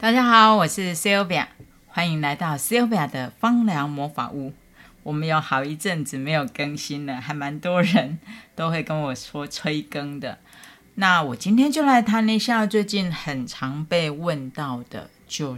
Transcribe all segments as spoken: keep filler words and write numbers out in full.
大家好，我是 Sylvia， 欢迎来到 Sylvia 的芳疗魔法屋。我们有好一阵子没有更新了，还蛮多人都会跟我说催更的。那我今天就来谈一下最近很常被问到的，就是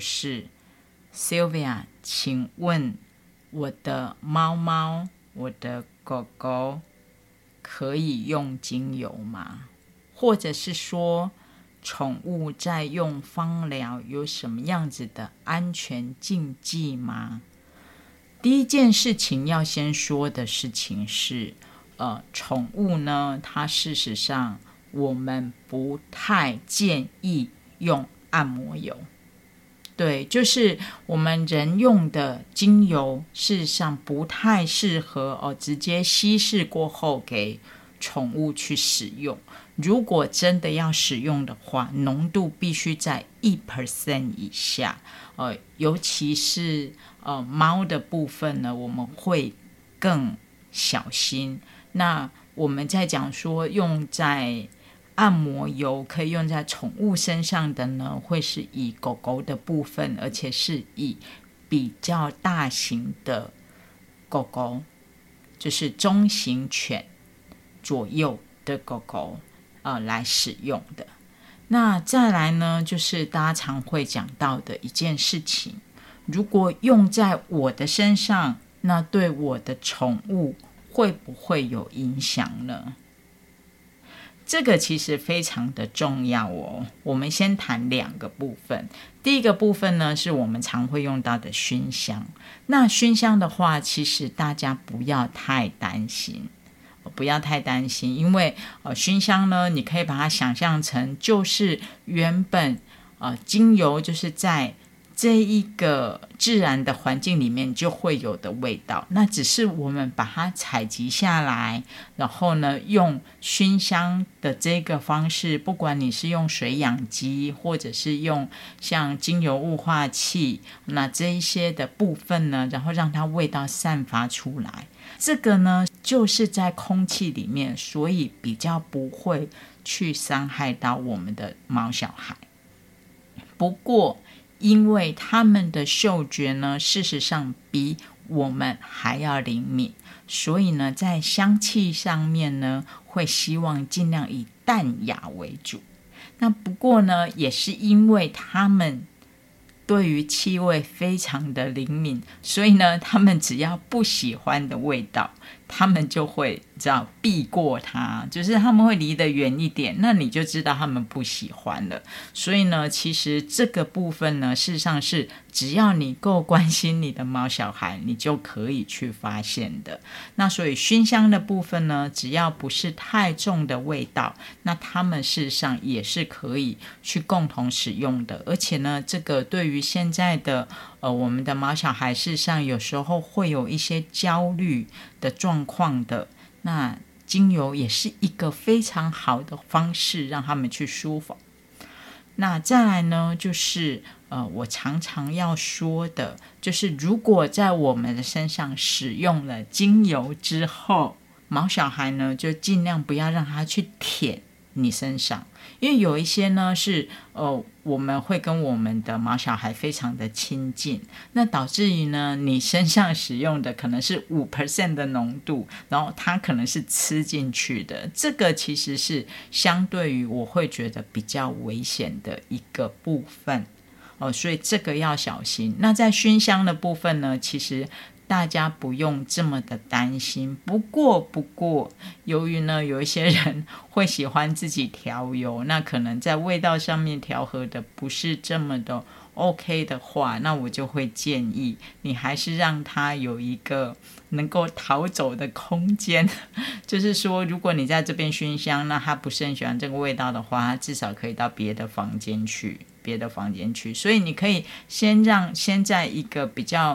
Sylvia， 请问我的猫猫、我的狗狗可以用精油吗？或者是说宠物在用芳疗有什么样子的安全禁忌吗？第一件事情要先说的事情是，呃，宠物呢，它事实上我们不太建议用按摩油。对，就是我们人用的精油，事实上不太适合哦，直接稀释过后给宠物去使用。如果真的要使用的话，浓度必须在 百分之一 以下，呃，尤其是呃猫的部分呢，我们会更小心。那我们在讲说用在按摩油可以用在宠物身上的呢，会是以狗狗的部分，而且是以比较大型的狗狗，就是中型犬左右的狗狗呃来使用的。那再来呢，就是大家常会讲到的一件事情，如果用在我的身上，那对我的宠物会不会有影响呢？这个其实非常的重要哦。我们先谈两个部分。第一个部分呢，是我们常会用到的熏香。那熏香的话，其实大家不要太担心，不要太担心，因为呃，熏香呢，你可以把它想象成就是原本呃精油就是在这一个自然的环境里面就会有的味道，那只是我们把它采集下来，然后呢用熏香的这个方式，不管你是用水养机或者是用像精油雾化器，那这一些的部分呢，然后让它味道散发出来，这个呢就是在空气里面，所以比较不会去伤害到我们的毛小孩。不过因为他们的嗅觉呢，事实上比我们还要灵敏，所以呢，在香气上面呢，会希望尽量以淡雅为主。那不过呢，也是因为他们对于气味非常的灵敏，所以呢，他们只要不喜欢的味道，他们就会知道避过它，就是他们会离得远一点，那你就知道他们不喜欢了。所以呢，其实这个部分呢，事实上是只要你够关心你的毛小孩，你就可以去发现的。那所以熏香的部分呢，只要不是太重的味道，那他们事实上也是可以去共同使用的。而且呢，这个对于现在的呃我们的毛小孩，事实上有时候会有一些焦虑的状况的，那精油也是一个非常好的方式让他们去舒服。那再来呢，就是呃，我常常要说的，就是如果在我们的身上使用了精油之后，毛小孩呢就尽量不要让他去舔你身上，因为有一些呢是呃我们会跟我们的毛小孩非常的亲近，那导致于呢你身上使用的可能是 百分之五 的浓度，然后它可能是吃进去的，这个其实是相对于我会觉得比较危险的一个部分哦，所以这个要小心。那在熏香的部分呢，其实大家不用这么的担心。不过不过由于呢有一些人会喜欢自己调油，那可能在味道上面调和的不是这么的 OK 的话，那我就会建议你还是让它有一个能够逃走的空间就是说如果你在这边熏香，那他不是很喜欢这个味道的话，他至少可以到别的房间去别的房间去。所以你可以先让先在一个比较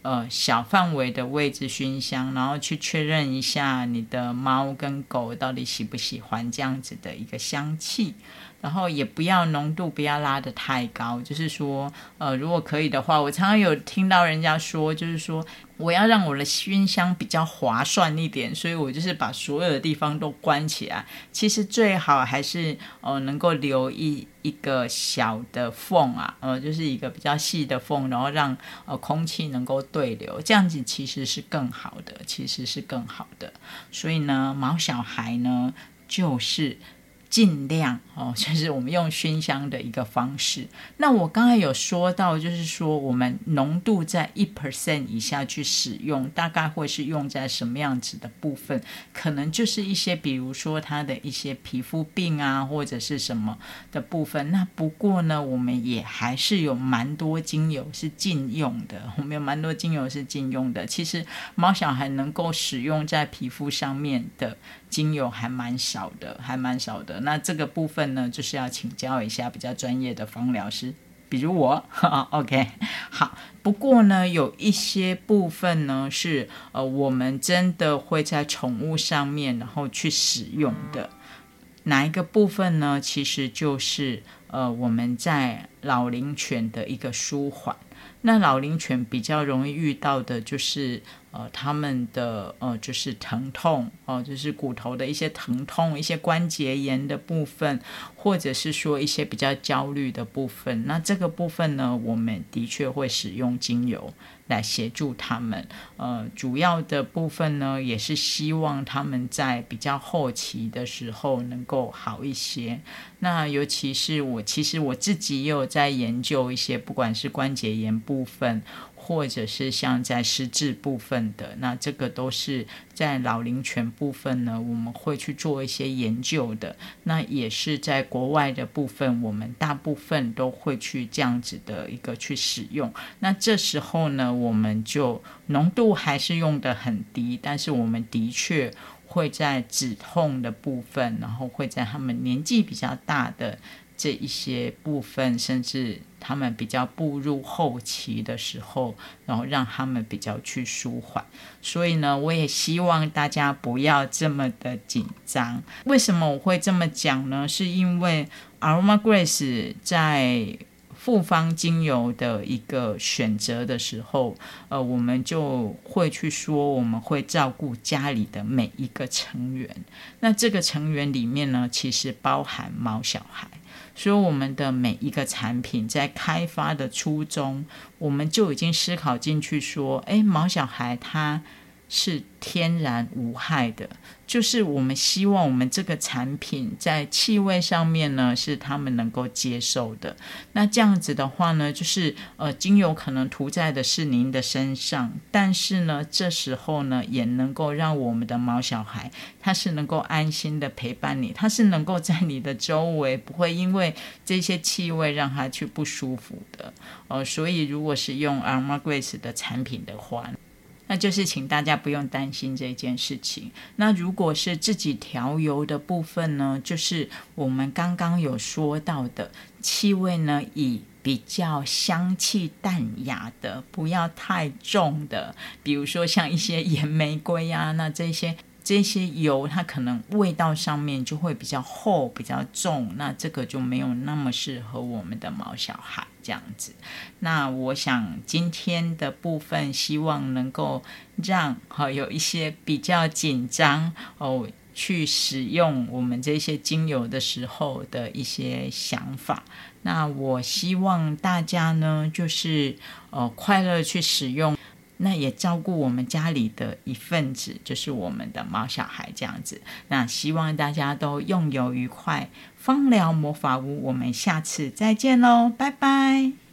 呃小范围的位置熏香，然后去确认一下你的猫跟狗到底喜不喜欢这样子的一个香气。然后也不要浓度不要拉得太高，就是说呃，如果可以的话，我常常有听到人家说，就是说我要让我的熏香比较划算一点，所以我就是把所有的地方都关起来。其实最好还是呃能够留一一个小的缝啊，呃就是一个比较细的缝，然后让呃空气能够对流，这样子其实是更好的，其实是更好的。所以呢，毛小孩呢就是尽量哦，就是我们用熏香的一个方式。那我刚才有说到，就是说我们浓度在 百分之一 以下去使用，大概会是用在什么样子的部分？可能就是一些比如说它的一些皮肤病啊，或者是什么的部分。那不过呢，我们也还是有蛮多精油是禁用的，我们有蛮多精油是禁用的。其实毛小孩能够使用在皮肤上面的精油还蛮少的，还蛮少的。那这个部分呢，就是要请教一下比较专业的芳疗师，比如我OK 好。不过呢，有一些部分呢是呃我们真的会在宠物上面然后去使用的。哪一个部分呢？其实就是呃我们在老龄犬的一个舒缓。那老龄犬比较容易遇到的就是呃他们的呃就是疼痛哦、呃，就是骨头的一些疼痛，一些关节炎的部分，或者是说一些比较焦虑的部分。那这个部分呢，我们的确会使用精油来协助他们。呃，主要的部分呢，也是希望他们在比较后期的时候能够好一些。那尤其是我，其实我自己也有在研究一些，不管是关节炎部分，或者是像在失智部分的，那这个都是在老龄犬部分呢，我们会去做一些研究的。那也是在国外的部分，我们大部分都会去这样子的一个去使用。那这时候呢，我们就浓度还是用得很低，但是我们的确会在止痛的部分，然后会在他们年纪比较大的这一些部分，甚至他们比较步入后期的时候，然后让他们比较去舒缓。所以呢，我也希望大家不要这么的紧张。为什么我会这么讲呢？是因为 Aroma Grace 在复方精油的一个选择的时候，呃，我们就会去说我们会照顾家里的每一个成员。那这个成员里面呢，其实包含毛小孩。所以我们的每一个产品在开发的初衷，我们就已经思考进去说，诶，毛小孩他是天然无害的，就是我们希望我们这个产品在气味上面呢是他们能够接受的。那这样子的话呢，就是呃，精油可能涂在的是您的身上，但是呢，这时候呢也能够让我们的毛小孩他是能够安心的陪伴你，他是能够在你的周围，不会因为这些气味让他去不舒服的。呃，所以如果是用 Aroma Grace 的产品的话，那就是请大家不用担心这件事情。那如果是自己调油的部分呢，就是我们刚刚有说到的气味呢，以比较香气淡雅的，不要太重的，比如说像一些岩玫瑰啊，那这些这些油它可能味道上面就会比较厚比较重，那这个就没有那么适合我们的毛小孩这样子。那我想今天的部分希望能够让、哦、有一些比较紧张、哦、去使用我们这些精油的时候的一些想法。那我希望大家呢就是、呃、快乐去使用，那也照顾我们家里的一份子，就是我们的毛小孩这样子。那希望大家都用油愉快。芳疗魔法屋，我们下次再见咯，拜拜。